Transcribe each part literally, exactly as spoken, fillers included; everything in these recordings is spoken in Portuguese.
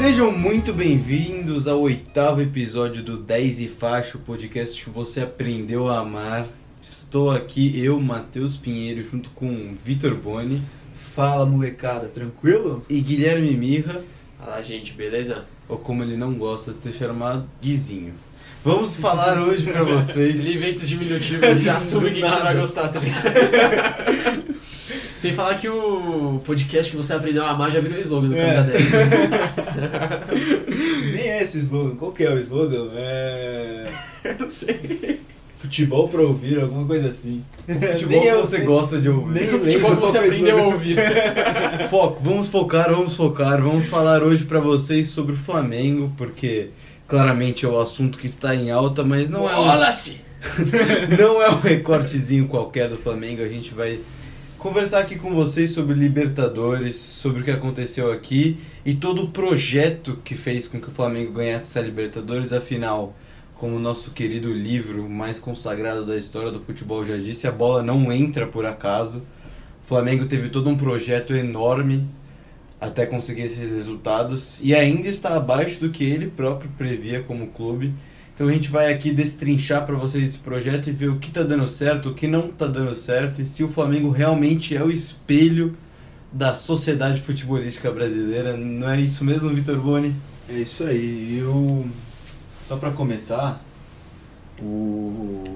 Sejam muito bem-vindos ao oitavo episódio do dez e Faixa, o podcast que você aprendeu a amar. Estou aqui, eu, Matheus Pinheiro, junto com Vitor Boni. Fala, molecada, tranquilo? E Guilherme Mirra. Fala, gente, beleza? Ou como ele não gosta de ser chamado, Guizinho. Vamos falar hoje pra vocês... Ele inventa os diminutivos e já assume que a gente vai gostar, tá ligado? Sem falar que o podcast que você aprendeu a amar já virou slogan do Camisa dez. Nem é esse slogan. Qual que é o slogan? É... Eu não sei. Futebol pra ouvir, alguma coisa assim. Futebol que você sei. gosta de ouvir. Nem Futebol que você aprendeu a ouvir. Foco, vamos focar, vamos focar. Vamos falar hoje pra vocês sobre o Flamengo, porque claramente é o assunto que está em alta, mas não é um... Bola-se! Não é um recortezinho qualquer do Flamengo. A gente vai conversar aqui com vocês sobre Libertadores, sobre o que aconteceu aqui e todo o projeto que fez com que o Flamengo ganhasse essa Libertadores. Afinal, como o nosso querido livro mais consagrado da história do futebol já disse, a bola não entra por acaso. O Flamengo teve todo um projeto enorme até conseguir esses resultados e ainda está abaixo do que ele próprio previa como clube. Então a gente vai aqui destrinchar para vocês esse projeto e ver o que está dando certo, o que não está dando certo e se o Flamengo realmente é o espelho da sociedade futebolística brasileira. Não é isso mesmo, Vitor Boni? É isso aí. Eu... Só para começar, o...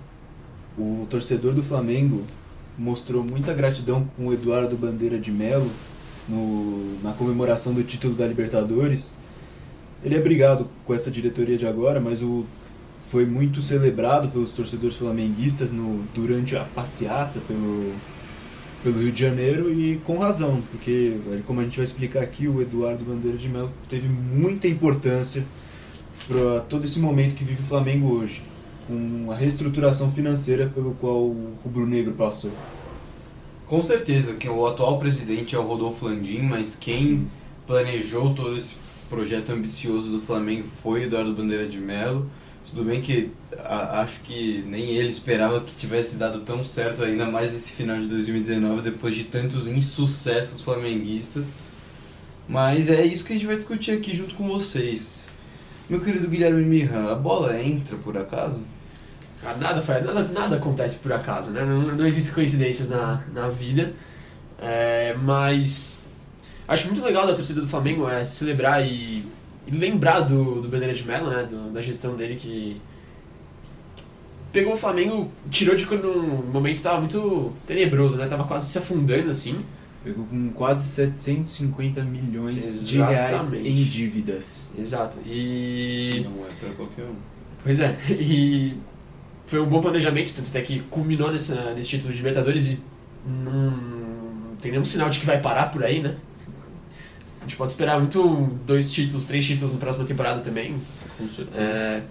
o torcedor do Flamengo mostrou muita gratidão com o Eduardo Bandeira de Melo no... na comemoração do título da Libertadores. Ele é brigado com essa diretoria de agora, mas o, foi muito celebrado pelos torcedores flamenguistas no, durante a passeata pelo, pelo Rio de Janeiro e com razão, porque, como a gente vai explicar aqui, o Eduardo Bandeira de Melo teve muita importância para todo esse momento que vive o Flamengo hoje, com a reestruturação financeira pelo qual o rubro-negro passou. Com certeza, que o atual presidente é o Rodolfo Landim, mas quem Sim. planejou todo esse projeto ambicioso do Flamengo foi Eduardo Bandeira de Melo. Tudo bem que a, acho que nem ele esperava que tivesse dado tão certo, ainda mais nesse final de dois mil e dezenove, depois de tantos insucessos flamenguistas. Mas é isso que a gente vai discutir aqui junto com vocês. Meu querido Guilherme Mirra, a bola entra por acaso? Ah, nada, nada, nada acontece por acaso, né? Não, não existem coincidências na, na vida, é, mas... Acho muito legal da torcida do Flamengo é celebrar e, e lembrar do, do Bandeira de Melo, né, do, da gestão dele, que pegou o Flamengo, tirou de quando um momento estava muito tenebroso, né, tava quase se afundando assim. Pegou com quase setecentos e cinquenta milhões Exatamente. De reais em dívidas. Exato, e... Não é pra qualquer um. Pois é, e foi um bom planejamento, tanto até que culminou nessa, nesse título de Libertadores e não tem nenhum sinal de que vai parar por aí, né. A gente pode esperar muito dois títulos, três títulos na próxima temporada também. Com certeza. É,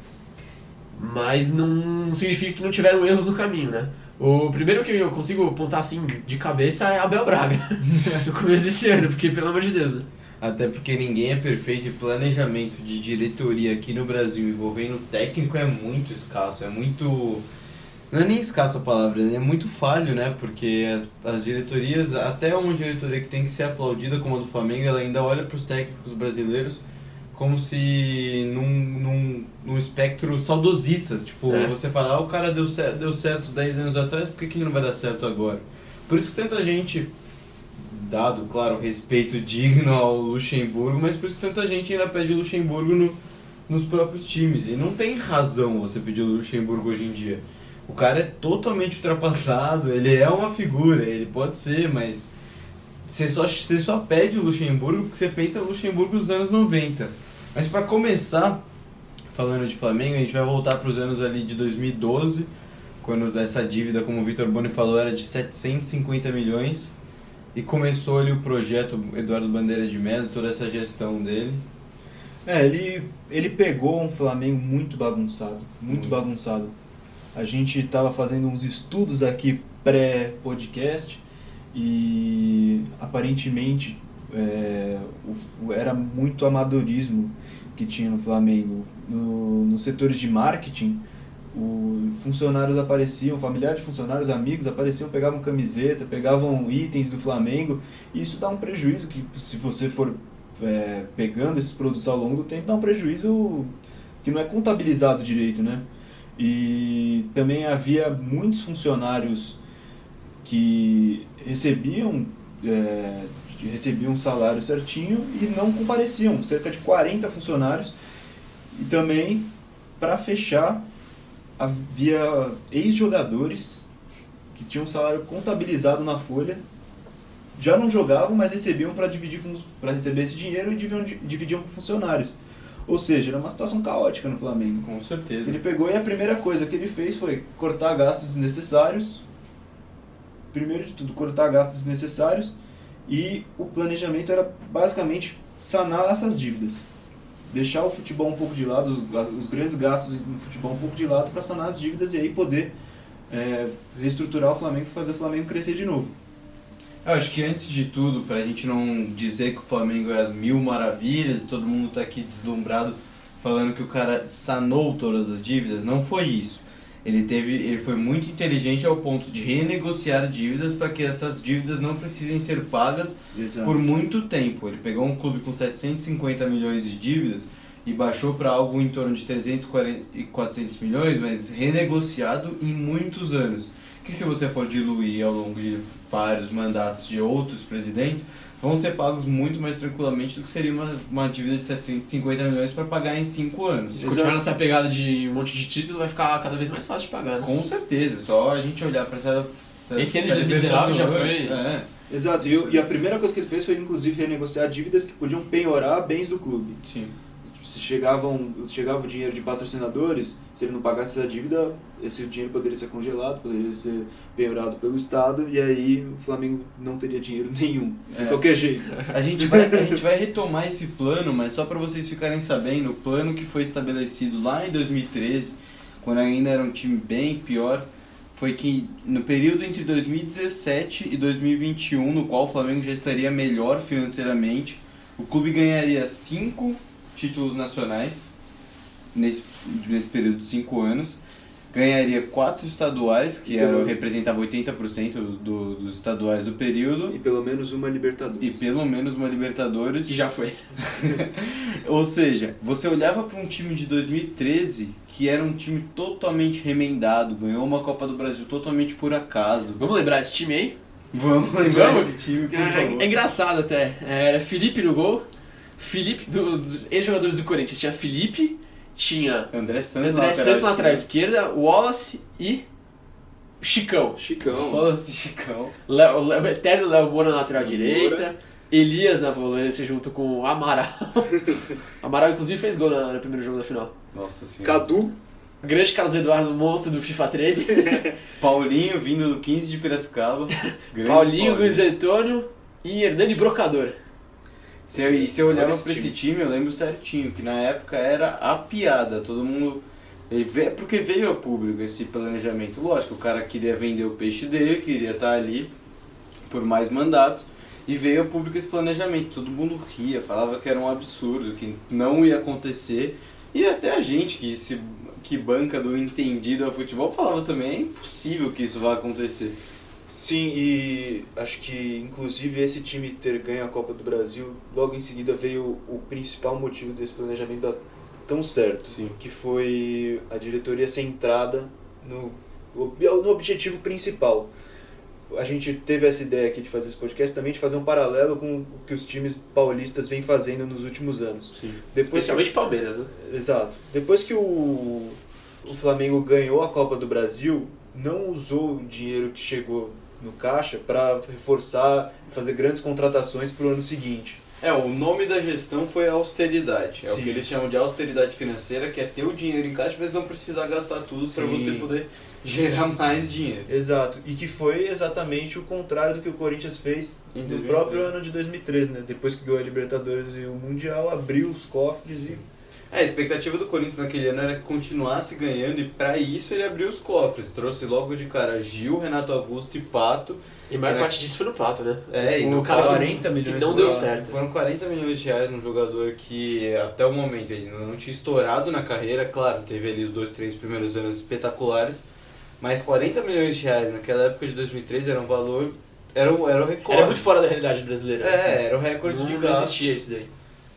mas não significa que não tiveram erros no caminho, né? O primeiro que eu consigo apontar assim de cabeça é Abel Braga, no começo desse ano, porque pelo amor de Deus, né? Até porque ninguém é perfeito e planejamento de diretoria aqui no Brasil envolvendo técnico é muito escasso, é muito... Não é nem escasso a palavra, é muito falho, né? Porque as, as diretorias, até uma diretoria que tem que ser aplaudida como a do Flamengo, ela ainda olha para os técnicos brasileiros como se num, num, num espectro saudosistas. Tipo, é. Você fala, ah, o cara deu, cer- deu certo dez anos atrás, por que, que ele não vai dar certo agora? Por isso que tanta gente, dado, claro, respeito digno ao Luxemburgo, mas por isso que tanta gente ainda pede o Luxemburgo no, nos próprios times. E não tem razão você pedir o Luxemburgo hoje em dia. O cara é totalmente ultrapassado, ele é uma figura, ele pode ser, mas você só, você só pede o Luxemburgo porque você pensa no Luxemburgo dos anos noventa. Mas para começar, falando de Flamengo, a gente vai voltar para os anos ali de dois mil e doze, quando essa dívida, como o Vitor Boni falou, era de setecentos e cinquenta milhões, e começou ali o projeto Eduardo Bandeira de Melo, toda essa gestão dele. É, ele, ele pegou um Flamengo muito bagunçado, muito hum. bagunçado. A gente estava fazendo uns estudos aqui pré-podcast e aparentemente é, o, era muito amadorismo que tinha no Flamengo. No, nos setores de marketing, os funcionários apareciam, familiares de funcionários, amigos apareciam, pegavam camiseta, pegavam itens do Flamengo, e isso dá um prejuízo que, se você for é, pegando esses produtos ao longo do tempo, dá um prejuízo que não é contabilizado direito, né? E também havia muitos funcionários que recebiam, é, recebiam um salário certinho e não compareciam, cerca de quarenta funcionários. E também, para fechar, havia ex-jogadores que tinham um salário contabilizado na folha, já não jogavam, mas recebiam para dividir com, para receber esse dinheiro e dividiam, dividiam com funcionários. Ou seja, era uma situação caótica no Flamengo. Com certeza. Ele pegou e a primeira coisa que ele fez foi cortar gastos desnecessários. Primeiro de tudo, cortar gastos desnecessários. E o planejamento era basicamente sanar essas dívidas. Deixar o futebol um pouco de lado, os, os grandes gastos no futebol um pouco de lado para sanar as dívidas e aí poder é, reestruturar o Flamengo e fazer o Flamengo crescer de novo. Eu acho que antes de tudo, pra gente não dizer que o Flamengo é as mil maravilhas, todo mundo tá aqui deslumbrado falando que o cara sanou todas as dívidas, não foi isso. Ele, teve, ele foi muito inteligente ao ponto de renegociar dívidas para que essas dívidas não precisem ser pagas Exato. Por muito tempo. Ele pegou um clube com setecentos e cinquenta milhões de dívidas e baixou para algo em torno de trezentos e quatrocentos milhões, mas renegociado em muitos anos. Que se você for diluir ao longo de vários mandatos de outros presidentes, vão ser pagos muito mais tranquilamente do que seria uma, uma dívida de setecentos e cinquenta milhões para pagar em cinco anos. Se continuar nessa pegada de um monte de título, vai ficar cada vez mais fácil de pagar, né? Com certeza, só a gente olhar para essa, essa... Esse ano de dois mil e dezenove já foi... É. Exato, e, e a primeira coisa que ele fez foi inclusive renegociar dívidas que podiam penhorar bens do clube. Sim. Se chegavam, chegava o dinheiro de patrocinadores, se ele não pagasse essa dívida, esse dinheiro poderia ser congelado, poderia ser penhorado pelo Estado, e aí o Flamengo não teria dinheiro nenhum, de É. qualquer jeito. A gente, vai, a gente vai retomar esse plano, mas só para vocês ficarem sabendo, o plano que foi estabelecido lá em dois mil e treze, quando ainda era um time bem pior, foi que no período entre dois mil e dezessete e dois mil e vinte e um, no qual o Flamengo já estaria melhor financeiramente, o clube ganharia cinco títulos nacionais nesse, nesse período de cinco anos, ganharia quatro estaduais, que eram, representavam oitenta por cento do, dos estaduais do período, E pelo menos uma Libertadores. e pelo menos uma Libertadores. Que já foi. Ou seja, você olhava para um time de dois mil e treze, que era um time totalmente remendado, ganhou uma Copa do Brasil totalmente por acaso. Vamos lembrar esse time aí? Vamos lembrar Vamos? esse time, por É, favor. é engraçado até. Era Felipe no gol. Felipe, do- dos ex-jogadores do Corinthians, tinha Felipe, tinha André Santos André na Santos na lateral esquerda. esquerda, Wallace e Chicão. Chicão. Wallace, Chicão. Léo- Léo- o eterno Léo Moura na lateral Moura. direita, Elias na volância junto com o Amaral. Amaral inclusive fez gol na- no primeiro jogo da final. Nossa senhora. Cadu. Grande Carlos Eduardo, monstro do FIFA treze. Paulinho vindo do quinze de Piracicaba. Grande Paulinho, Luiz Antônio e Hernani Brocador. Se eu, e se eu olhava Olha esse pra time. esse time, eu lembro certinho, que na época era a piada, todo mundo... Ele veio, porque veio ao público esse planejamento. Lógico, o cara queria vender o peixe dele, queria estar ali por mais mandatos, e veio ao público esse planejamento. Todo mundo ria, falava que era um absurdo, que não ia acontecer, e até a gente que, se, que banca do entendido ao futebol falava também, é impossível que isso vá acontecer. Sim, e acho que inclusive esse time ter ganho a Copa do Brasil, logo em seguida veio o principal motivo desse planejamento dar tão certo, Sim. que foi a diretoria centrada no, no objetivo principal. A gente teve essa ideia aqui de fazer esse podcast também, de fazer um paralelo com o que os times paulistas vêm fazendo nos últimos anos. Sim. Depois Especialmente Palmeiras, né? que, exato. Depois que o, o Flamengo ganhou a Copa do Brasil, não usou o dinheiro que chegou no caixa para reforçar e fazer grandes contratações para o ano seguinte. É, o nome da gestão foi austeridade. É Sim. o que eles chamam de austeridade financeira, que é ter o dinheiro em caixa, mas não precisar gastar tudo para Sim. você poder gerar mais dinheiro. Exato, e que foi exatamente o contrário do que o Corinthians fez Em no dois mil e treze. próprio ano de dois mil e treze, né? Depois que ganhou a Libertadores e o Mundial, abriu os cofres e... É, a expectativa do Corinthians naquele ano era que continuasse ganhando, e para isso ele abriu os cofres. Trouxe logo de cara Gil, Renato Augusto e Pato. E a maior Era- parte disso foi no Pato, né? É, e o no cara Pato- quarenta que milhões não de deu dólares. certo. Foram quarenta milhões de reais num jogador que até o momento ele não tinha estourado na carreira. Claro, teve ali os dois, três primeiros anos espetaculares, mas quarenta milhões de reais naquela época de dois mil e treze era um valor, era o, era o recorde. Era muito fora da realidade brasileira. É, era o recorde não, de não gastos. existia isso daí.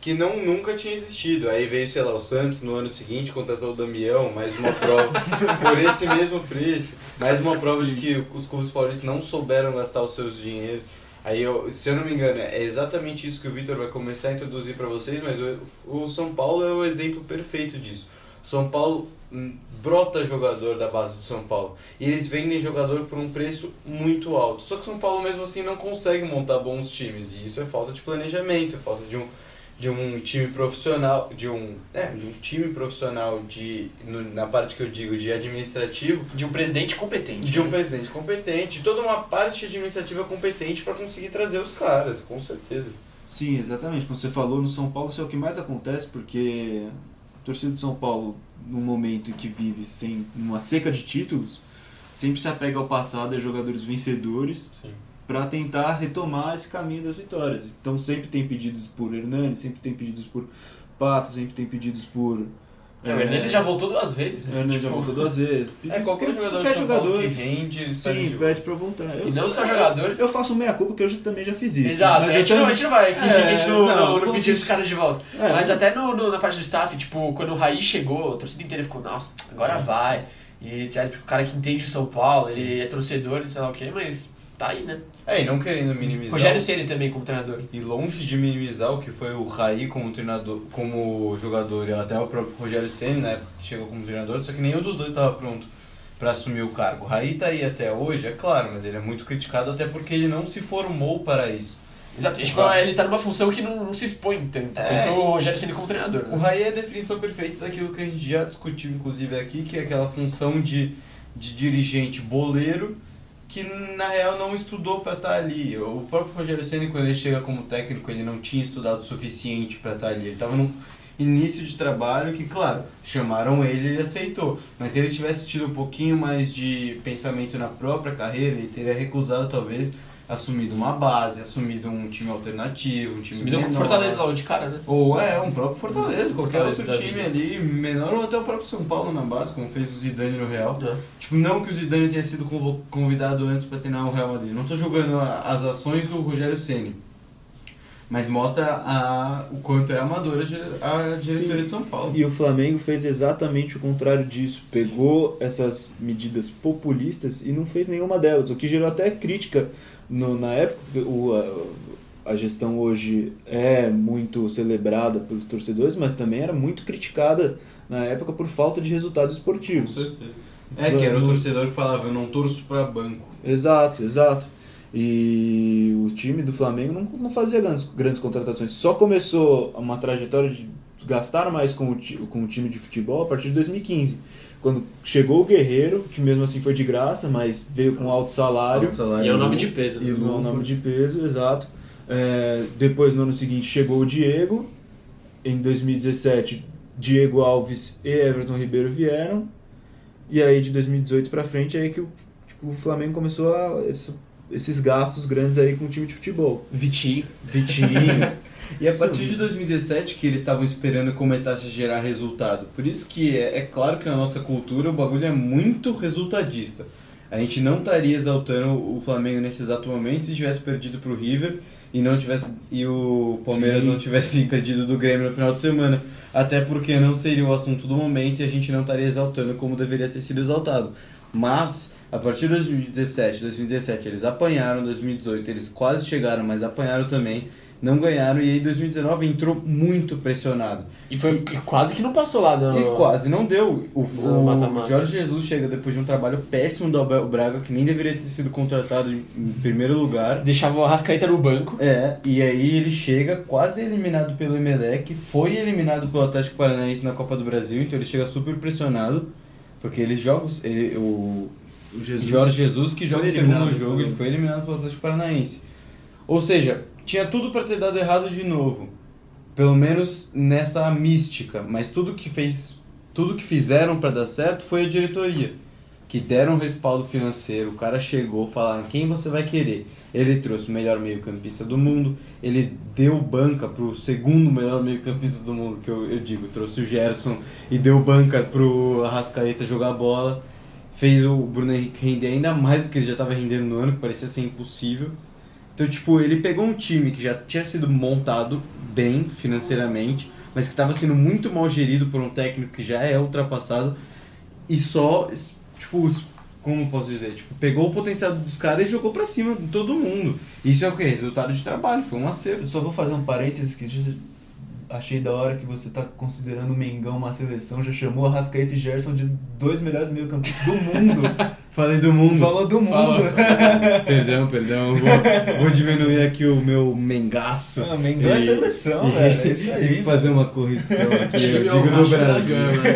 que não, nunca tinha existido. Aí veio, sei lá, o Santos no ano seguinte, contratou o Damião, mais uma prova, por esse mesmo preço, mais uma prova Sim. de que os clubes paulistas não souberam gastar os seus dinheiros. Aí, eu, se eu não me engano, é exatamente isso que o Vitor vai começar a introduzir para vocês, mas o, o São Paulo é o exemplo perfeito disso. São Paulo brota jogador da base do São Paulo e eles vendem jogador por um preço muito alto. Só que o São Paulo mesmo assim não consegue montar bons times e isso é falta de planejamento, é falta de um de um time profissional, de um, é, de um time profissional de no, na parte que eu digo de administrativo, de um presidente competente. De um presidente competente, de toda uma parte administrativa competente para conseguir trazer os caras, com certeza. Sim, exatamente. Como você falou, no São Paulo isso é o que mais acontece, porque a torcida do São Paulo, no momento em que vive sem uma seca de títulos, sempre se apega ao passado e a jogadores vencedores para tentar retomar esse caminho das vitórias. Então sempre tem pedidos por Hernani, sempre tem pedidos por Pato, sempre tem pedidos por... É, o Hernani já voltou duas vezes. O Hernani tipo... já voltou duas vezes. É, qualquer jogador qualquer de São jogador Paulo que rende, ele sim, pede pra voltar. Eu e não sou, só jogador. Eu, eu faço meia culpa porque eu já, também já fiz isso. Exato, a gente, não, a gente não vai fingir é, que a gente não, não, não, não pediu esses caras de volta. É, Mas até no, no, na parte do staff, tipo, quando o Raí chegou, a torcida inteira ficou, nossa, agora vai. E etcétera. Porque o cara que entende o São Paulo, sim. ele é torcedor, sei lá o quê, mas tá aí, né? É, e não querendo minimizar. Rogério Ceni também como treinador. E longe de minimizar o que foi o Raí como treinador, como jogador e até o próprio Rogério Ceni, né, que chegou como treinador, só que nenhum dos dois estava pronto para assumir o cargo. O Raí tá aí até hoje, é claro, mas ele é muito criticado até porque ele não se formou para isso. Exato, tipo, ele tá numa função que não, não se expõe tanto é. quanto o Rogério Ceni como treinador. Né? O Raí é a definição perfeita daquilo que a gente já discutiu, inclusive, aqui, que é aquela função de, de dirigente boleiro, que na real não estudou para estar ali. O próprio Rogério Ceni, quando ele chega como técnico, ele não tinha estudado o suficiente para estar ali. Ele estava num início de trabalho que, claro, chamaram ele e ele aceitou. Mas se ele tivesse tido um pouquinho mais de pensamento na própria carreira, ele teria recusado, talvez, assumido uma base, assumido um time alternativo, um time assumido menor. com Fortaleza lá de cara, né? Ou é, um próprio Fortaleza, qualquer Fortaleza outro time vida. ali, menor, ou até o próprio São Paulo na base, como fez o Zidane no Real. É. Tipo, não que o Zidane tenha sido convidado antes para treinar o Real Madrid. Não tô julgando a, as ações do Rogério Ceni, mas mostra a, o quanto é amadora a diretoria Sim. de São Paulo. E o Flamengo fez exatamente o contrário disso. Pegou Sim. essas medidas populistas e não fez nenhuma delas, o que gerou até crítica no, na época. O, a, a gestão hoje é muito celebrada pelos torcedores, mas também era muito criticada na época por falta de resultados esportivos. Com certeza. É, que era o torcedor que falava, eu não torço para banco. Exato, exato. E o time do Flamengo não, não fazia grandes, grandes contratações. Só começou uma trajetória de gastar mais com o, com o time de futebol a partir de dois mil e quinze. Quando chegou o Guerreiro, que mesmo assim foi de graça, mas veio com alto salário. Alto salário e é o nome de peso. E é o nome de peso, exato. É, depois, no ano seguinte, chegou o Diego. Em dois mil e dezessete, Diego Alves e Everton Ribeiro vieram. E aí, de dois mil e dezoito pra frente, é aí que o, tipo, o Flamengo começou a... Esse, esses gastos grandes aí com o time de futebol. Vitinho. Vitinho. E a partir de dois mil e dezessete que eles estavam esperando começasse a gerar resultado. Por isso que é, é claro que na nossa cultura o bagulho é muito resultadista. A gente não estaria exaltando o Flamengo nesse exato momento se tivesse perdido pro River e, não tivesse, e o Palmeiras Sim. não tivesse perdido do Grêmio no final de semana. Até porque não seria o assunto do momento e a gente não estaria exaltando como deveria ter sido exaltado. Mas... a partir de dois mil e dezessete, dois mil e dezessete eles apanharam, dois mil e dezoito eles quase chegaram, mas apanharam também, não ganharam, e aí dois mil e dezenove entrou muito pressionado. E foi e quase que não passou lá. No... E quase não deu. O, o mata -mata. Jorge Jesus chega depois de um trabalho péssimo do Abel Braga, que nem deveria ter sido contratado em, em primeiro lugar. Deixava o Arrascaeta no banco. É, e aí ele chega quase eliminado pelo Emelec, foi eliminado pelo Atlético Paranaense na Copa do Brasil, então ele chega super pressionado, porque eles jogam... Ele, o, O Jesus, Jorge Jesus, que joga o segundo jogo, ele foi eliminado pelo Atlético Paranaense. Ou seja, tinha tudo para ter dado errado de novo. Pelo menos nessa mística. Mas tudo que fez, tudo que fizeram para dar certo foi a diretoria. Que deram respaldo financeiro. O cara chegou, falaram quem você vai querer. Ele trouxe o melhor meio-campista do mundo. Ele deu banca pro segundo melhor meio-campista do mundo, que eu, eu digo. Trouxe o Gerson e deu banca pro Arrascaeta jogar bola. Fez o Bruno Henrique render ainda mais do que ele já estava rendendo no ano, que parecia ser impossível. Então, tipo, ele pegou um time que já tinha sido montado bem financeiramente, mas que estava sendo muito mal gerido por um técnico que já é ultrapassado, e só, tipo, como posso dizer, tipo, pegou o potencial dos caras e jogou pra cima de todo mundo. Isso é o que? Resultado de trabalho, foi um acerto. Eu só vou fazer um parênteses que achei da hora que você tá considerando o Mengão uma seleção, já chamou a Arrascaeta e Gerson de dois melhores meio-campistas do mundo. Falei do mundo. Falou do mundo. Falou. Perdão, perdão. Vou, vou diminuir aqui o meu mengaço. Ah, Mengão é seleção, e, velho. É isso aí. E fazer uma correção aqui. Eu digo no Brasil.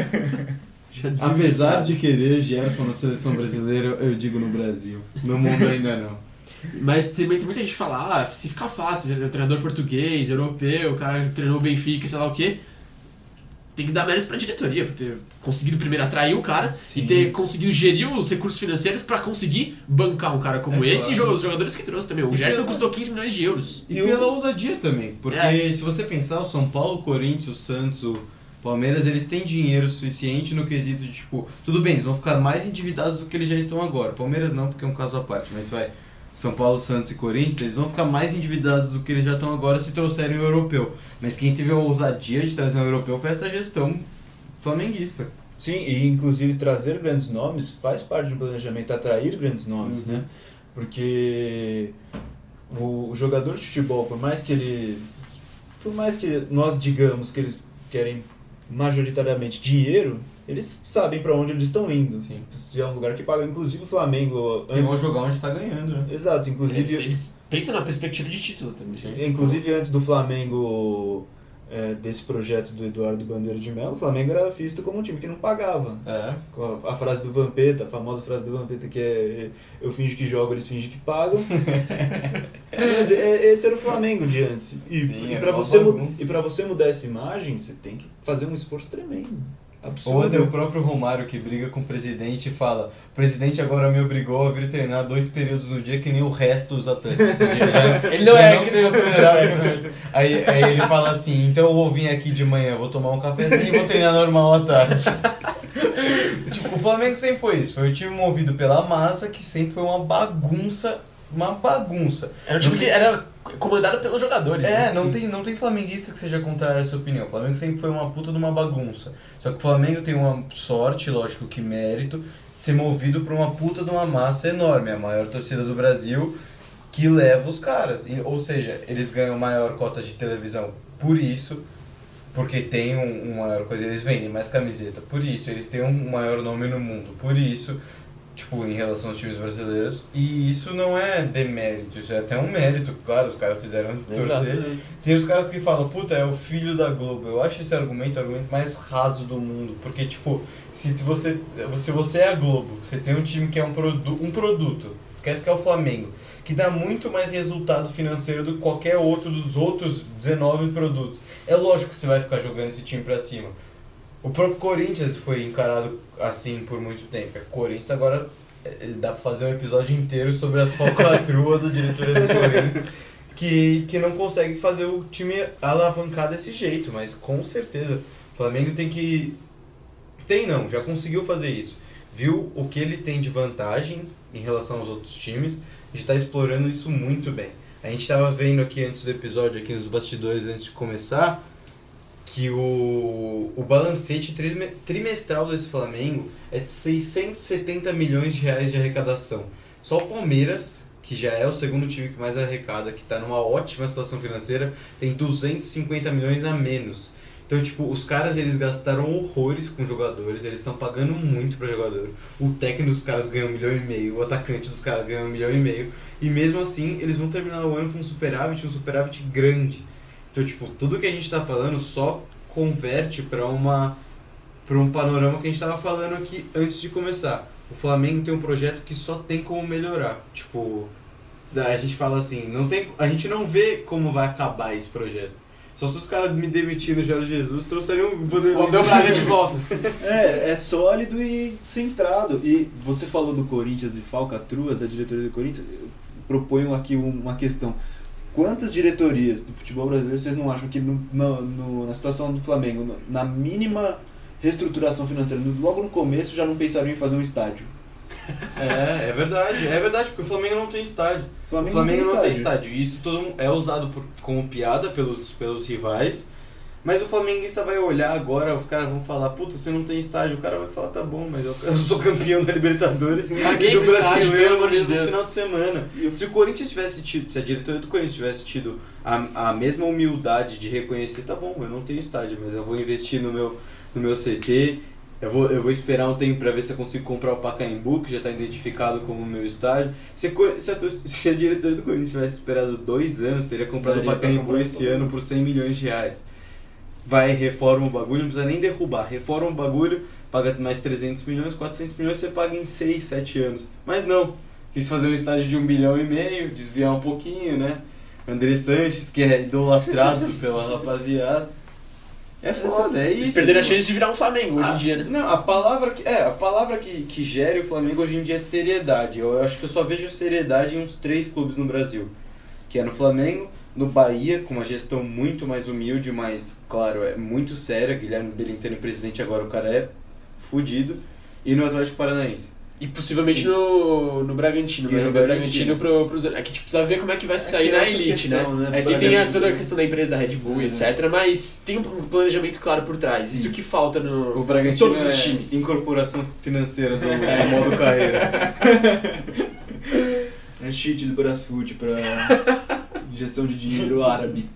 Apesar de querer Gerson na seleção brasileira, eu digo no Brasil. No mundo ainda não. Mas também tem muita gente que fala, ah, se ficar fácil, é um treinador português, europeu, o cara treinou o Benfica, sei lá o quê. Tem que dar mérito pra diretoria, por ter conseguido primeiro atrair o cara. Sim. E ter conseguido gerir os recursos financeiros pra conseguir bancar um cara como é, esse claro. E os jogadores que trouxe também. O e Gerson pela... custou quinze milhões de euros. E, e pela ousadia também, porque é. Se você pensar, o São Paulo, o Corinthians, o Santos, o Palmeiras, eles têm dinheiro suficiente no quesito de, tipo, tudo bem, eles vão ficar mais endividados do que eles já estão agora. Palmeiras não, porque é um caso à parte, mas vai... São Paulo, Santos e Corinthians, eles vão ficar mais endividados do que eles já estão agora se trouxerem o europeu. Mas quem teve a ousadia de trazer um europeu foi essa gestão flamenguista. Sim, e inclusive trazer grandes nomes faz parte do planejamento, atrair grandes nomes, uhum. né? Porque o, o jogador de futebol, por mais que ele... Por mais que nós digamos que eles querem majoritariamente dinheiro, eles sabem pra onde eles estão indo. Sim. Se é um lugar que paga, inclusive o Flamengo... Eles vão jogar onde está ganhando, né? Exato, inclusive... Eles, eles pensam na perspectiva de título também. Sim. Inclusive antes do Flamengo, é, desse projeto do Eduardo Bandeira de Mello, o Flamengo era visto como um time que não pagava. É. A, a frase do Vampeta, a famosa frase do Vampeta que é eu finjo que jogo, eles fingem que pagam. Mas é, esse era o Flamengo de antes. E, Sim, e para você, e pra você mudar essa imagem, você tem que fazer um esforço tremendo. Absurdo. Ou tem o próprio Romário que briga com o presidente e fala: o presidente agora me obrigou a vir treinar dois períodos no dia que nem o resto dos atletas. Ou seja, já, ele não é não se considerado. aí, aí ele fala assim: então eu vou vir aqui de manhã, vou tomar um cafezinho e vou treinar normal à tarde. Tipo, o Flamengo sempre foi isso. Foi o time movido pela massa que sempre foi uma bagunça. Uma bagunça. Era um time que era comandado pelos jogadores. É, né? não, tem, não tem flamenguista que seja contrário a essa opinião. O Flamengo sempre foi uma puta de uma bagunça. Só que o Flamengo tem uma sorte, lógico que mérito, ser movido por uma puta de uma massa enorme. A maior torcida do Brasil que leva os caras. E, ou seja, eles ganham maior cota de televisão por isso, porque tem um, uma maior coisa, eles vendem mais camiseta. Por isso, eles têm um maior nome no mundo. Por isso... Tipo, em relação aos times brasileiros, e isso não é demérito, isso é até um mérito, claro, os caras fizeram torcer. Exato. Tem os caras que falam, puta, é o filho da Globo. Eu acho esse argumento o argumento mais raso do mundo, porque, tipo, se você, se você é a Globo, você tem um time que é um, produ- um produto, esquece que é o Flamengo, que dá muito mais resultado financeiro do que qualquer outro dos outros dezenove produtos. É lógico que você vai ficar jogando esse time pra cima. O próprio Corinthians foi encarado assim por muito tempo. O Corinthians agora dá pra fazer um episódio inteiro sobre as falcatruas da diretoria do Corinthians que, que não consegue fazer o time alavancar desse jeito, mas com certeza o Flamengo tem que... Tem não, já conseguiu fazer isso. Viu o que ele tem de vantagem em relação aos outros times e está explorando isso muito bem. A gente estava vendo aqui antes do episódio, aqui nos bastidores, antes de começar, que o, o balancete trimestral desse Flamengo é de seiscentos e setenta milhões de reais de arrecadação. Só o Palmeiras, que já é o segundo time que mais arrecada, que está numa ótima situação financeira, tem duzentos e cinquenta milhões a menos. Então, tipo, os caras, eles gastaram horrores com jogadores, eles estão pagando muito para jogador. O técnico dos caras ganha um milhão e meio, o atacante dos caras ganha um milhão e meio. E mesmo assim, eles vão terminar o ano com um superávit, um superávit grande. Então, tipo, tudo que a gente tá falando só converte para uma para um panorama que a gente tava falando aqui antes de começar. O Flamengo tem um projeto que só tem como melhorar. Tipo, a gente fala assim, não tem, a gente não vê como vai acabar esse projeto. Só se os caras me demitirem no Jorge Jesus, trouxeriam o Abel Braga de volta. É, é sólido e centrado. E você falou do Corinthians e falcatruas, da diretoria do Corinthians, eu proponho aqui uma questão. Quantas diretorias do futebol brasileiro vocês não acham que no, no, no, na situação do Flamengo, no, na mínima reestruturação financeira, no, logo no começo já não pensariam em fazer um estádio? É, é verdade, é verdade, porque o Flamengo não tem estádio. Flamengo o Flamengo não não tem tem estádio. E isso todo mundo é usado por, como piada pelos, pelos rivais. Mas o flamenguista vai olhar agora, os caras vão falar, puta, você não tem estádio. O cara vai falar, tá bom, mas eu, eu sou campeão da Libertadores e do Brasileiro no mesmo final de semana. Se o Corinthians tivesse tido, se a diretoria do Corinthians tivesse tido a, a mesma humildade de reconhecer, tá bom, eu não tenho estádio, mas eu vou investir no meu, no meu C T, eu vou, eu vou esperar um tempo pra ver se eu consigo comprar o Pacaembu, que já tá identificado como o meu estádio. Se a, se a, se a diretoria do Corinthians tivesse esperado dois anos, teria comprado o Pacaembu esse ano por cem milhões de reais. Vai, reforma o bagulho, não precisa nem derrubar. Reforma o bagulho, paga mais trezentos milhões, quatrocentos milhões, você paga em seis, sete anos. Mas não, quis fazer um estádio de um bilhão e meio, desviar um pouquinho, né? André Sanches, que é idolatrado pela rapaziada. É foda, é isso. Eles perderam a chance de virar um Flamengo hoje a, em dia, né? Não, a palavra que, é, a palavra que, que gere o Flamengo hoje em dia é seriedade. Eu acho que eu só vejo seriedade em uns três clubes no Brasil. Que é no Flamengo, no Bahia, com uma gestão muito mais humilde, mas, claro, é muito séria. Guilherme Belintani, presidente, agora o cara é fudido. E no Atlético Paranaense. E possivelmente no, no Bragantino. E no no Bragantino. Bragantino pro, pro, é que a gente precisa ver como é que vai sair é que na é elite, questão, né? né? É que tem a, Bragantino. toda a questão da empresa da Red Bull, É. etcétera. Mas tem um planejamento claro por trás. Isso Sim. que falta no, O em Bragantino todos os é times. incorporação financeira do, do modo carreira. É cheat do Brasfoot pra injeção de dinheiro árabe.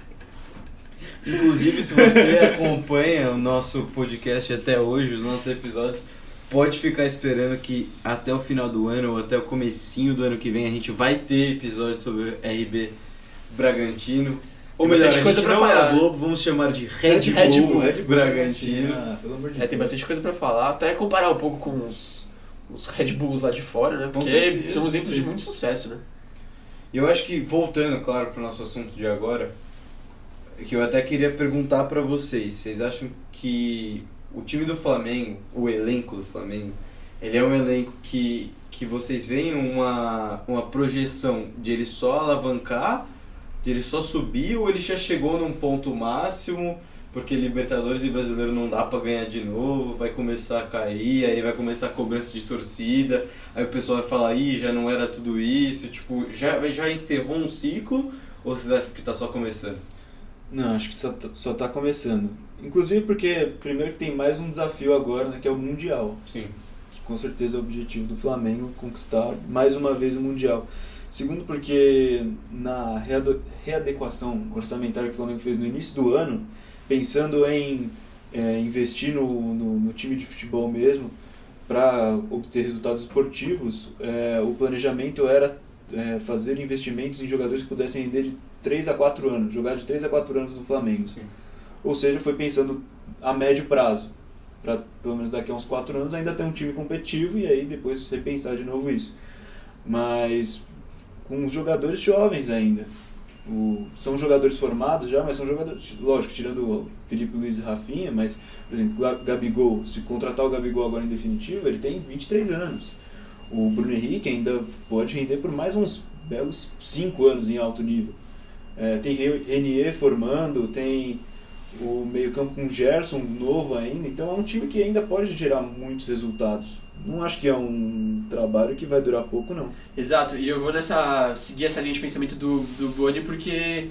Inclusive, se você acompanha o nosso podcast até hoje, os nossos episódios, pode ficar esperando que até o final do ano ou até o comecinho do ano que vem a gente vai ter episódio sobre R B Bragantino. Ou Tem melhor, a bastante coisa gente pra não é a falar. Globo, vamos chamar de Red, Red Bull, Bull, Red Bull Bragantino. Ah, pelo amor de É, tem Deus. bastante coisa pra falar, até comparar um pouco com os, os Red Bulls lá de fora, né? Com Porque certeza, são exemplos sim. de muito sucesso, né? E eu acho que, voltando, claro, para o nosso assunto de agora, que eu até queria perguntar para vocês, vocês acham que o time do Flamengo, o elenco do Flamengo, ele é um elenco que, que vocês veem uma, uma projeção de ele só alavancar, de ele só subir, ou ele já chegou num ponto máximo, porque Libertadores e Brasileiro não dá para ganhar de novo, vai começar a cair, aí vai começar a cobrança de torcida, aí o pessoal vai falar, ih, já não era tudo isso, tipo, já, já encerrou um ciclo, ou vocês acham que tá só começando? Não, acho que só, tá- só tá começando. Inclusive porque, primeiro, que tem mais um desafio agora, né, que é o Mundial. Sim. Que com certeza é o objetivo do Flamengo, conquistar mais uma vez o Mundial. Segundo, porque na reado- readequação orçamentária que o Flamengo fez no início do ano, pensando em é, investir no, no, no time de futebol mesmo, para obter resultados esportivos, é, o planejamento era é, fazer investimentos em jogadores que pudessem render de três a quatro anos, jogar de três a quatro anos no Flamengo. Sim. Ou seja, foi pensando a médio prazo, para pelo menos daqui a uns quatro anos ainda ter um time competitivo e aí depois repensar de novo isso. Mas com os jogadores jovens ainda. O, são jogadores formados já, mas são jogadores, lógico, tirando o Felipe Luiz e Rafinha, mas, por exemplo, o Gabigol, se contratar o Gabigol agora em definitivo, ele tem vinte e três anos. O Bruno Henrique ainda pode render por mais uns belos cinco anos em alto nível. É, tem Renier formando, tem o meio-campo com o Gerson novo ainda, então é um time que ainda pode gerar muitos resultados. Não acho que é um trabalho que vai durar pouco, não. Exato, e eu vou nessa seguir essa linha de pensamento do, do Boni porque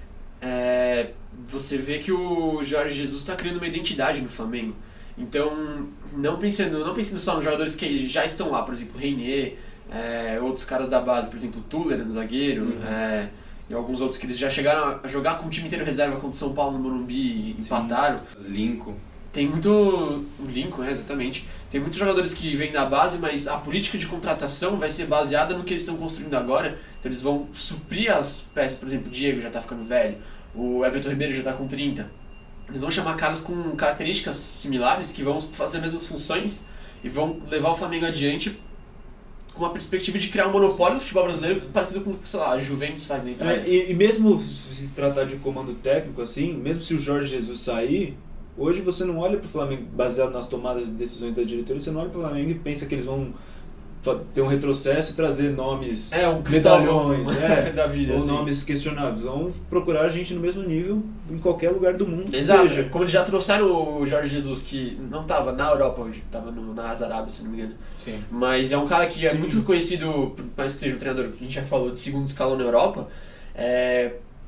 é, você vê que o Jorge Jesus está criando uma identidade no Flamengo. Então, não pensando, não pensando só nos jogadores que já estão lá, por exemplo, Reinier, é, outros caras da base, por exemplo, Tuller, do zagueiro, uhum. é, e alguns outros que eles já chegaram a jogar com o time inteiro reserva contra o São Paulo no Morumbi e empataram. Lincoln. Tem muito... O Lincoln, é, exatamente. Tem muitos jogadores que vêm da base, mas a política de contratação vai ser baseada no que eles estão construindo agora. Então eles vão suprir as peças, por exemplo, o Diego já está ficando velho, o Everton Ribeiro já está com trinta. Eles vão chamar caras com características similares que vão fazer as mesmas funções e vão levar o Flamengo adiante com a perspectiva de criar um monopólio no futebol brasileiro parecido com o que, sei lá, a Juventus faz na Itália. É, e, e mesmo se tratar de comando técnico, assim, mesmo se o Jorge Jesus sair, hoje você não olha para o Flamengo baseado nas tomadas de decisões da diretoria, você não olha para o Flamengo e pensa que eles vão ter um retrocesso e trazer nomes É, um Cristóvão medalhões, é, da vida, ou assim. nomes questionáveis. Vão procurar a gente no mesmo nível em qualquer lugar do mundo. Exato, Seja. como eles já trouxeram o Jorge Jesus, que não estava na Europa hoje, estava nas Arábias, se não me engano. Sim. Mas é um cara que é Sim. muito reconhecido, por mais que seja um treinador que a gente já falou de segundo escalão na Europa. É...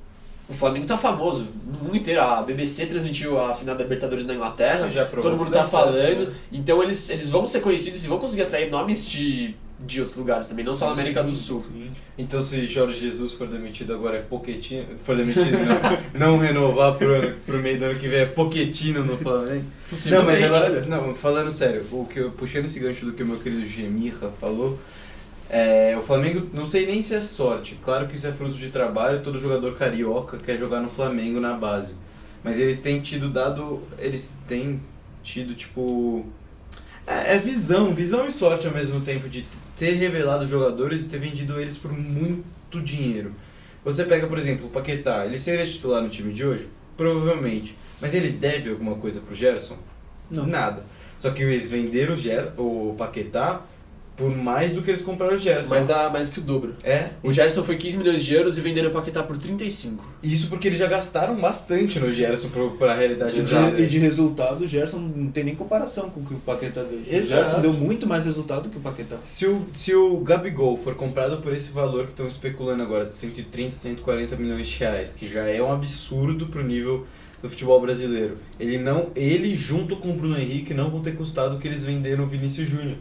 O Flamengo tá famoso no mundo inteiro. A B B C transmitiu a final da Libertadores na Inglaterra. Já provou Todo mundo que tá dá certo, falando. né? Então eles, eles vão ser conhecidos e vão conseguir atrair nomes de, de outros lugares também, não só na América do Sul. Sim. Então se Jorge Jesus for demitido agora é Pochettino, for demitido não, não renovar pro, ano, pro meio do ano que vem é Pochettino no Flamengo. Não, mas agora, não, falando sério, o que eu, puxando esse gancho do que o meu querido Gemirra falou, é, o Flamengo, não sei nem se é sorte, claro que isso é fruto de trabalho, todo jogador carioca quer jogar no Flamengo na base, mas eles têm tido dado, eles têm tido tipo, é, é visão, visão e sorte ao mesmo tempo de ter revelado jogadores e ter vendido eles por muito dinheiro. Você pega, por exemplo, o Paquetá, ele seria titular no time de hoje? Provavelmente, mas ele deve alguma coisa pro Gerson? Não. Nada. Só que eles venderam o, Ger o Paquetá por mais do que eles compraram o Gerson. Mas dá mais que o dobro. É. O Gerson foi quinze milhões de euros e venderam o Paquetá por trinta e cinco. Isso porque eles já gastaram bastante no Gerson pro, pra realidade E dele. de, e de resultado, o Gerson não tem nem comparação com o que o Paquetá deu. O Exato. Gerson deu muito mais resultado que o Paquetá. Se o, se o Gabigol for comprado por esse valor que estão especulando agora, de cento e trinta, cento e quarenta milhões de reais, que já é um absurdo pro nível do futebol brasileiro, ele não, ele junto com o Bruno Henrique não vão ter custado o que eles venderam o Vinícius Júnior.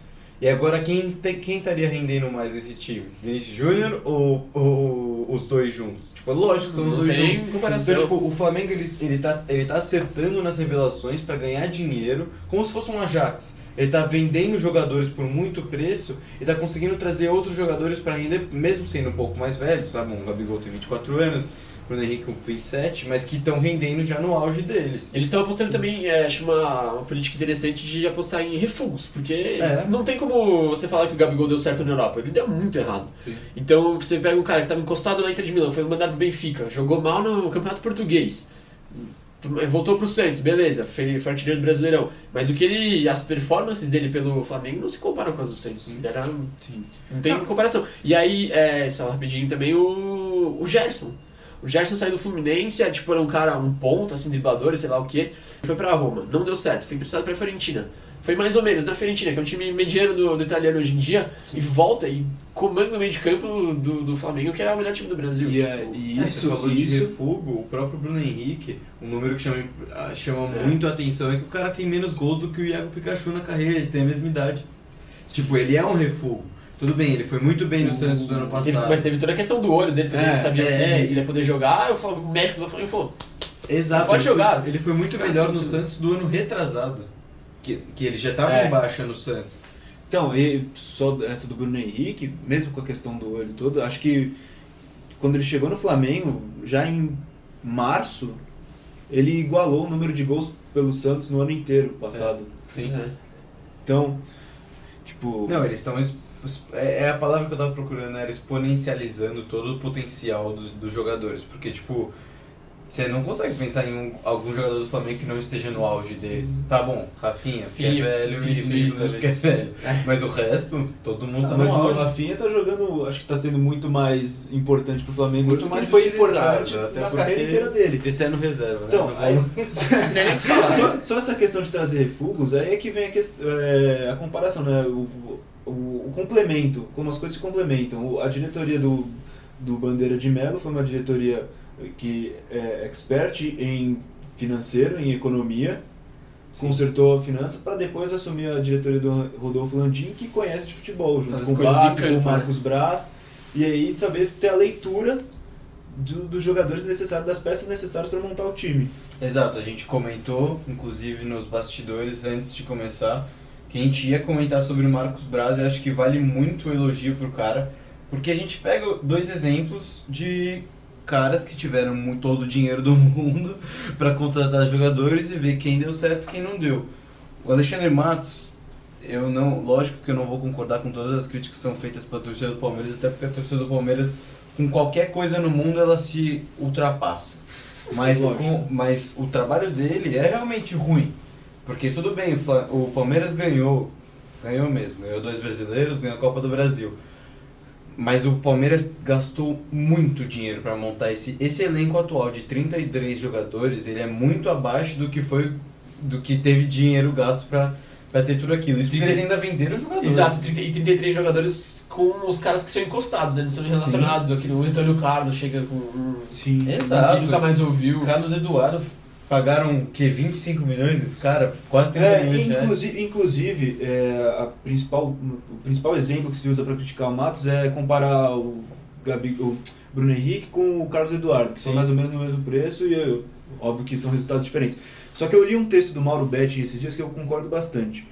E agora quem, te, quem estaria rendendo mais nesse time? Vinícius Júnior ou, ou os dois juntos? Tipo, lógico que são os Não dois tem juntos. comparação. Então, tipo, o Flamengo ele, ele, tá, ele tá acertando nas revelações para ganhar dinheiro, como se fosse um Ajax. Ele tá vendendo jogadores por muito preço e tá conseguindo trazer outros jogadores para render, mesmo sendo um pouco mais velhos, tá bom? O Gabigol tem vinte e quatro anos, o Bruno Henrique com vinte e sete, mas que estão rendendo já no auge deles. Eles estão apostando também, é, acho uma, uma política interessante de apostar em refugos, porque É. não tem como você falar que o Gabigol deu certo na Europa, ele deu muito errado. Sim. Então você pega um cara que estava encostado na Inter de Milão, foi mandado pro Benfica, jogou mal no Campeonato Português, voltou pro Santos, beleza, foi, foi artilheiro do Brasileirão, mas o que ele, as performances dele pelo Flamengo não se comparam com as do Santos, ele era, não tem comparação. E aí, é, só rapidinho também, o, o Gerson. O Gerson saiu do Fluminense, é, tipo, era um cara, um ponto, assim, driblador, sei lá o quê. Foi pra Roma, não deu certo, foi emprestado pra Fiorentina. Foi mais ou menos na Fiorentina, que é um time mediano do, do italiano hoje em dia, Sim. e volta e comanda o meio de campo do, do Flamengo, que é o melhor time do Brasil. E, tipo, é, e É, isso, você falou isso de refugo, o próprio Bruno Henrique, um número que chama, chama É. muito a atenção é que o cara tem menos gols do que o Iago Pikachu na carreira, eles têm a mesma idade. Tipo, ele é um refugo. Tudo bem, ele foi muito bem no Santos do ano Ele- passado. mas teve toda a questão do olho dele também, É, não sabia é, se, é, se ele ia poder jogar. Eu falo, o médico do Flamengo falou: Exato. Pode ele jogar. Foi, ele foi muito melhor no Santos do ano retrasado. Que, que ele já estava É. em baixa no Santos. Então, e só essa do Bruno Henrique, mesmo com a questão do olho todo, acho que quando ele chegou no Flamengo, já em março, ele igualou o número de gols pelo Santos no ano inteiro passado. Sim. É. Então, tipo... Não, eles estão... É é a palavra que eu tava procurando, né? Era exponencializando todo o potencial do- dos jogadores. Porque, tipo, você não consegue pensar em um- algum jogador do Flamengo que não esteja no auge deles. Tá bom, Rafinha, porque é Felipe- velho, e Felipe Felipe Luiz Luiz porque é velho. Mas o resto, todo mundo Ah, tá mas no o auge. Rafinha tá jogando, acho que tá sendo muito mais importante pro Flamengo Muito do que mais ele foi utilizado, importante até na porque- carreira inteira dele. Eterno reserva, né? Então, Não aí, Não tem nem o que falar. só, só essa questão de trazer refugos, aí é que vem a, quest- é, a comparação, né? O, o, o complemento, como as coisas se complementam. O- A diretoria do, do Bandeira de Melo foi uma diretoria que é expert em financeiro, em economia, consertou a finança para depois assumir a diretoria do Rodolfo Landim, que conhece de futebol, junto Faz com as o coisas em Babi, com campo, o né? Marcos Braz, e aí saber ter a leitura do- dos jogadores necessários, das peças necessárias para montar o time. Exato, a gente comentou, inclusive nos bastidores, antes de começar, que a gente ia comentar sobre o Marcos Braz, e acho que vale muito o elogio pro cara, porque a gente pega dois exemplos de caras que tiveram mu- todo o dinheiro do mundo para contratar jogadores e ver quem deu certo e quem não deu. O Alexandre Matos, eu não, lógico que eu não vou concordar com todas as críticas que são feitas pela torcida do Palmeiras, até porque a torcida do Palmeiras, com qualquer coisa no mundo, ela se ultrapassa. Mas, Lógico. com, mas o trabalho dele é realmente ruim. Porque tudo bem, o, Fla- o Palmeiras ganhou ganhou mesmo. Ganhou dois brasileiros, ganhou a Copa do Brasil. Mas o Palmeiras gastou muito dinheiro para montar esse, esse elenco atual de trinta e três jogadores. Ele é muito abaixo do que foi, do que teve dinheiro gasto para para ter tudo aquilo. Isso porque eles ainda venderam jogadores. Exato, trinta e trinta e três jogadores com os caras que são encostados, né? Não são relacionados. Aqui o Antônio Carlos chega com um... Sim. Exato. Ninguém nunca mais ouviu. O Carlos Eduardo pagaram que vinte e cinco milhões desse cara, quase trinta É, milhões de reais. inclusive, inclusive é, a principal, o principal exemplo que se usa para criticar o Matos é comparar o, Gabi, o Bruno Henrique com o Carlos Eduardo, que Sim. são mais ou menos no mesmo preço e óbvio que são resultados diferentes. Só que eu li um texto do Mauro Betti esses dias que eu concordo bastante.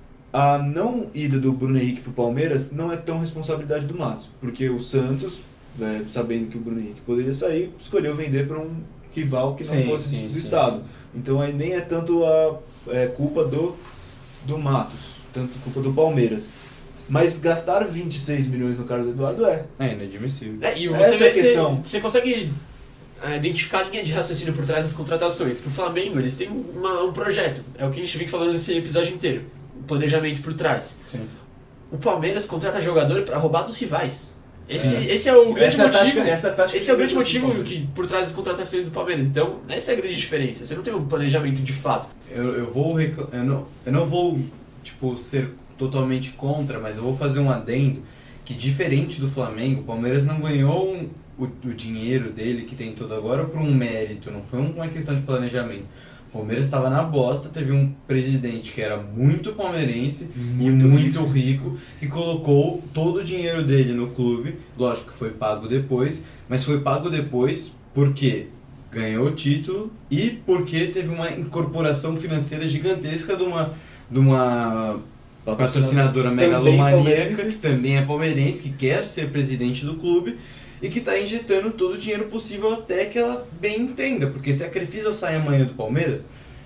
A não ida do Bruno Henrique pro Palmeiras não é tão responsabilidade do Matos, porque o Santos, é, sabendo que o Bruno Henrique poderia sair, escolheu vender para um rival que não Sim, fosse sim, do sim, estado. sim. Então aí nem é tanto a é, culpa do, do Matos, tanto culpa do Palmeiras. Mas gastar vinte e seis milhões no Carlos Eduardo é. É inadmissível. É, e Essa você, é a vê- questão. Você, você consegue é, identificar a linha de raciocínio por trás das contratações. Pro Flamengo, eles têm uma- um projeto. É o que a gente vem falando nesse episódio inteiro. Um planejamento por trás. Sim. O Palmeiras contrata jogador para roubar dos rivais. Esse, É. esse é o grande Essa é a motivo. tática- essa é a tática esse é o que grande usa esse motivo Palmeiras. que, por trás das contratações do Palmeiras. Então, essa é a grande diferença. Você não tem um planejamento de fato. Eu, eu vou recla- eu não, eu não vou tipo ser totalmente contra, mas eu vou fazer um adendo que, diferente do Flamengo, o Palmeiras não ganhou um, o, o dinheiro dele que tem todo agora por um mérito, não foi uma questão de planejamento. O Palmeiras estava na bosta, teve um presidente que era muito palmeirense Muito e muito rico, que colocou todo o dinheiro dele no clube. Lógico que foi pago depois, mas foi pago depois porque ganhou o título e porque teve uma incorporação financeira gigantesca de uma, de uma patrocinadora Também megalomaníaca, palmeirense. que também é palmeirense, que quer ser presidente do clube e que está injetando todo o dinheiro possível até que ela bem entenda. Porque se a Crefisa sai amanhã do Palmeiras,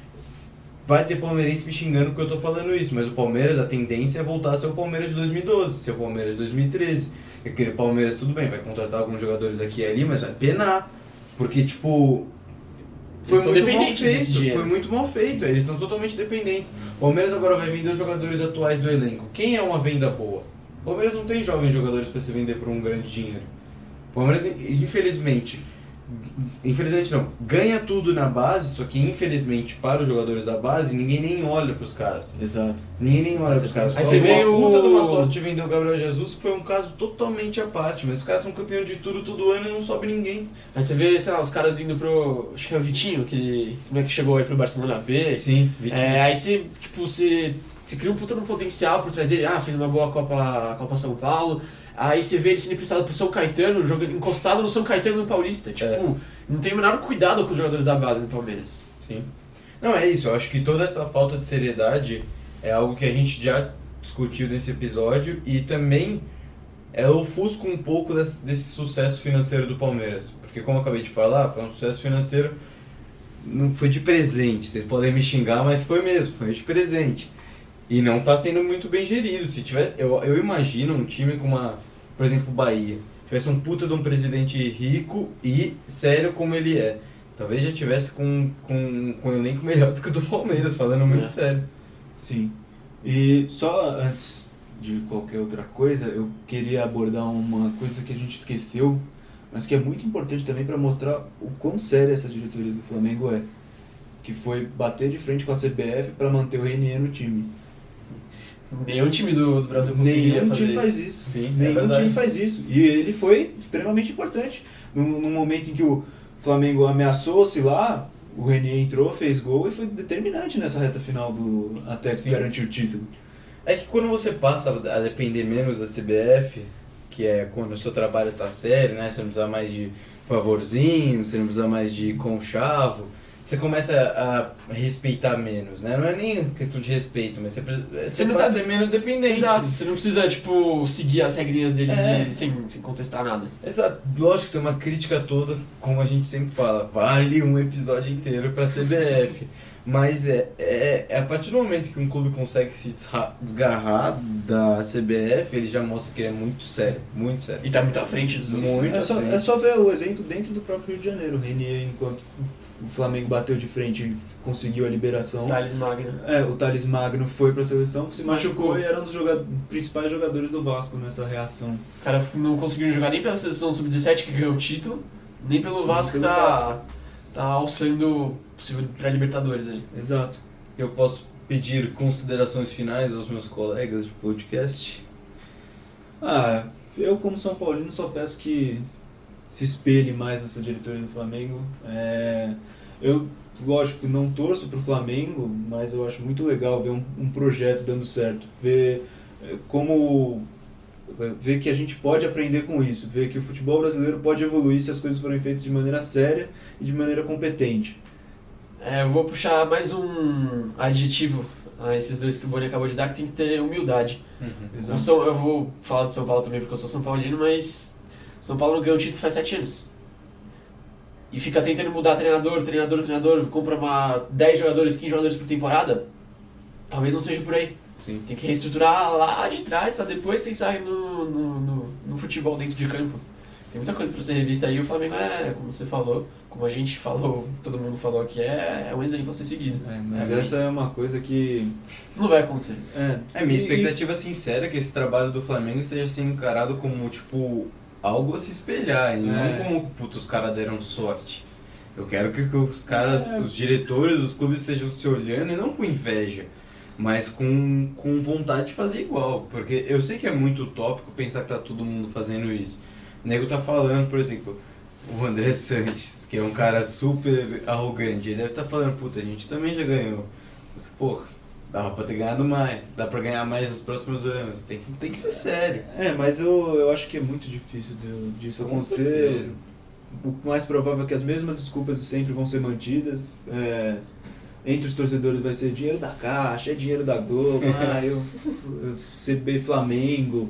vai ter palmeirense me xingando porque eu tô falando isso, mas o Palmeiras, a tendência é voltar a ser o Palmeiras de dois mil e doze, ser o Palmeiras de dois mil e treze. Aquele Palmeiras, tudo bem, vai contratar alguns jogadores aqui e ali, mas vai penar. Porque, tipo, foi estão muito mal dependentes desse feito, dinheiro. foi muito mal feito, eles estão totalmente dependentes. O Palmeiras agora vai vender os jogadores atuais do elenco. Quem é uma venda boa? O Palmeiras não tem jovens jogadores para se vender por um grande dinheiro. O Palmeiras, infelizmente, infelizmente não, ganha tudo na base, só que infelizmente para os jogadores da base, ninguém nem olha pros caras. Exato. Ninguém nem olha pros caras. Aí você Foi vê uma o- puta de uma sorte de vender o Gabriel Jesus, que foi um caso totalmente à parte, mas os caras são campeão de tudo todo ano e não sobe ninguém. Aí você vê, sei lá, os caras indo pro... Acho que é o Vitinho, aquele... Como é que chegou aí pro Barcelona B. Sim, É, aí você, tipo, você, você cria um puta de um potencial por trás dele. Ah, fez uma boa Copa, Copa São Paulo. Aí você vê ele sendo emprestado pro São Caetano, jogando, encostado no São Caetano no Paulista. Tipo, É. não tem o menor cuidado com os jogadores da base do Palmeiras. Sim. Não, é isso. Eu acho que toda essa falta de seriedade é algo que a gente já discutiu nesse episódio e também é, ofusca um pouco desse, desse sucesso financeiro do Palmeiras. Porque, como eu acabei de falar, foi um sucesso financeiro, não foi de presente. Vocês podem me xingar, mas foi mesmo, foi de presente. E não está sendo muito bem gerido. Se tivesse, eu, eu imagino um time com uma, por exemplo, o Bahia, tivesse um puta de um presidente rico e sério como ele é. Talvez já tivesse com, com, com um elenco melhor do que o do Palmeiras, falando muito É. sério. Sim. E só antes de qualquer outra coisa, eu queria abordar uma coisa que a gente esqueceu, mas que é muito importante também para mostrar o quão séria essa diretoria do Flamengo é. Que foi bater de frente com a C B F para manter o Renier no time. Nenhum time do, do Brasil conseguiria Nenhum fazer time isso. faz isso. Sim, é Nenhum verdade. time faz isso. E ele foi extremamente importante. No, no momento em que o Flamengo ameaçou-se lá, o Renier entrou, fez gol e foi determinante nessa reta final do até Sim. garantir o título. É que quando você passa a depender menos da C B F, que é quando o seu trabalho tá sério, né? Você não precisa mais de favorzinho, você não precisa mais de conchavo, você começa a respeitar menos, né? Não é nem questão de respeito, mas você, precisa, você não passa tá- a ser menos dependente. Exato, você não precisa, tipo, seguir as regrinhas deles É. e- sem, sem contestar nada. Exato. Lógico que tem uma crítica toda, como a gente sempre fala, vale um episódio inteiro pra C B F. Mas é, é, é a partir do momento que um clube consegue se desra- desgarrar da C B F, ele já mostra que ele é muito sério, muito sério. E tá muito à frente dos outros. Muito É só, à frente. é só ver o exemplo dentro do próprio Rio de Janeiro. O Renier, enquanto o Flamengo bateu de frente e conseguiu a liberação. Thales Magno. É, o Thales Magno foi pra seleção, se, Se machucou, machucou. e era um dos joga- principais jogadores do Vasco nessa reação. O cara não conseguiu jogar nem pela seleção sub dezessete que ganhou o título, nem pelo Nem Vasco que pelo tá, tá alçando possível pré-libertadores aí. Exato. Eu posso pedir considerações finais aos meus colegas de podcast? Ah, eu como São Paulino só peço que se espelhe mais nessa diretoria do Flamengo. É, eu, lógico, não torço pro Flamengo, mas eu acho muito legal ver um, um projeto dando certo. Ver é, como... ver que a gente pode aprender com isso. Ver que o futebol brasileiro pode evoluir se as coisas forem feitas de maneira séria e de maneira competente. É, eu vou puxar mais um adjetivo a esses dois que o Boni acabou de dar, que tem que ter humildade. O São, eu vou falar do São Paulo também porque eu sou São Paulino, mas São Paulo não ganhou o título faz sete anos. E fica tentando mudar treinador, treinador, treinador, compra uma dez jogadores, quinze jogadores por temporada. Talvez não seja por aí. Sim. Tem que reestruturar lá de trás para depois pensar no, no, no, no futebol dentro de campo. Tem muita coisa para ser revista aí. O Flamengo é, como você falou, como a gente falou, todo mundo falou aqui, é, é um exemplo a ser seguido. É, mas É essa é uma coisa que... Não vai acontecer. É, É, minha e- expectativa sincera é que esse trabalho do Flamengo esteja sendo encarado como, tipo, algo a se espelhar, e É. não como, puta, os caras deram sorte. Eu quero que que os caras, É. os diretores dos clubes estejam se olhando e não com inveja, mas com, com vontade de fazer igual. Porque eu sei que é muito utópico pensar que tá todo mundo fazendo isso. O nego tá falando, por exemplo, o André Sanches, que é um cara super arrogante, ele deve estar falando, puta, a gente também já ganhou. Porra, dava pra ter ganhado mais, dá pra ganhar mais nos próximos anos, tem que, tem que ser sério. É, mas eu, eu acho que é muito difícil de- disso Com acontecer. certeza. O mais provável é que as mesmas desculpas sempre vão ser mantidas. É, entre os torcedores vai ser dinheiro da Caixa, é dinheiro da Globo, ah, eu, eu C B Flamengo.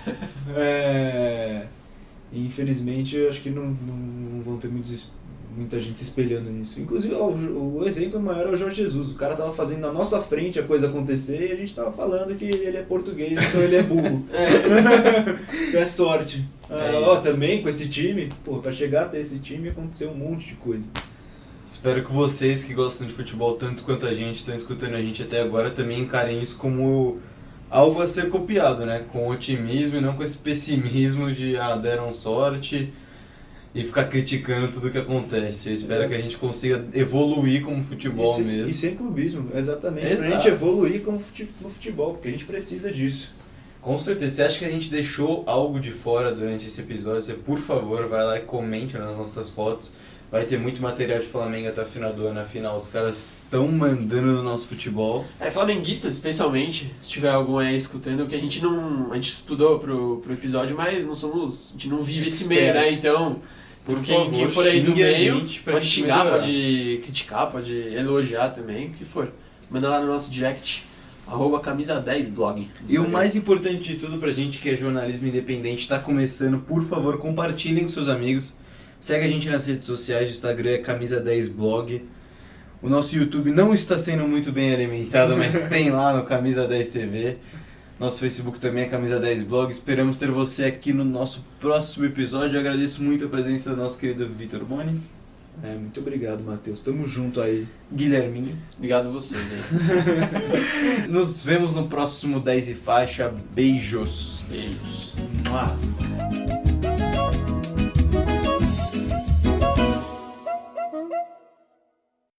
É, e infelizmente eu acho que não, não, não vão ter muitos, es- muita gente se espelhando nisso. Inclusive ó, o, o exemplo maior é o Jorge Jesus. O cara tava fazendo na nossa frente a coisa acontecer e a gente tava falando que ele é português, então ele é burro. É. É sorte. Ah, É ó, isso. também com esse time, pô, pra chegar até esse time aconteceu um monte de coisa. Espero que vocês que gostam de futebol tanto quanto a gente, estão escutando a gente até agora, também encarem isso como algo a ser copiado, né? Com otimismo e não com esse pessimismo de, ah, deram sorte e ficar criticando tudo que acontece. Eu espero É. que a gente consiga evoluir como futebol e, se- mesmo. e sem clubismo, exatamente. Pra Exato. gente evoluir como fute- no futebol, porque a gente precisa disso. Com certeza. Você acha que a gente deixou algo de fora durante esse episódio? Você, por favor, vai lá e comente nas nossas fotos. Vai ter muito material de Flamengo até o final do ano. Afinal, os caras estão mandando no nosso futebol. É, flamenguistas, especialmente, se tiver algum aí escutando, que a gente não. A gente estudou pro, pro episódio, mas não somos. A gente não vive esse meio, né? Experts. Então, Por quem, favor, quem for aí do xingue a meio, gente pra pode gente xingar, melhorar. pode criticar, pode elogiar também, o que for. Manda lá no nosso direct, arroba camisa dez blog. E o mais importante de tudo pra gente que é jornalismo independente, está começando, por favor, compartilhem com seus amigos. Segue a gente nas redes sociais, o Instagram é camisa dez blog. O nosso YouTube não está sendo muito bem alimentado, mas tem lá no Camisa dez T V. Nosso Facebook também é Camisa dez blog. Esperamos ter você aqui no nosso próximo episódio. Eu agradeço muito a presença do nosso querido Vitor Boni, É, muito obrigado, Matheus. Tamo junto aí. Guilherminho. Obrigado a vocês aí. Nos vemos no próximo dez e faixa. Beijos. Beijos. Mua.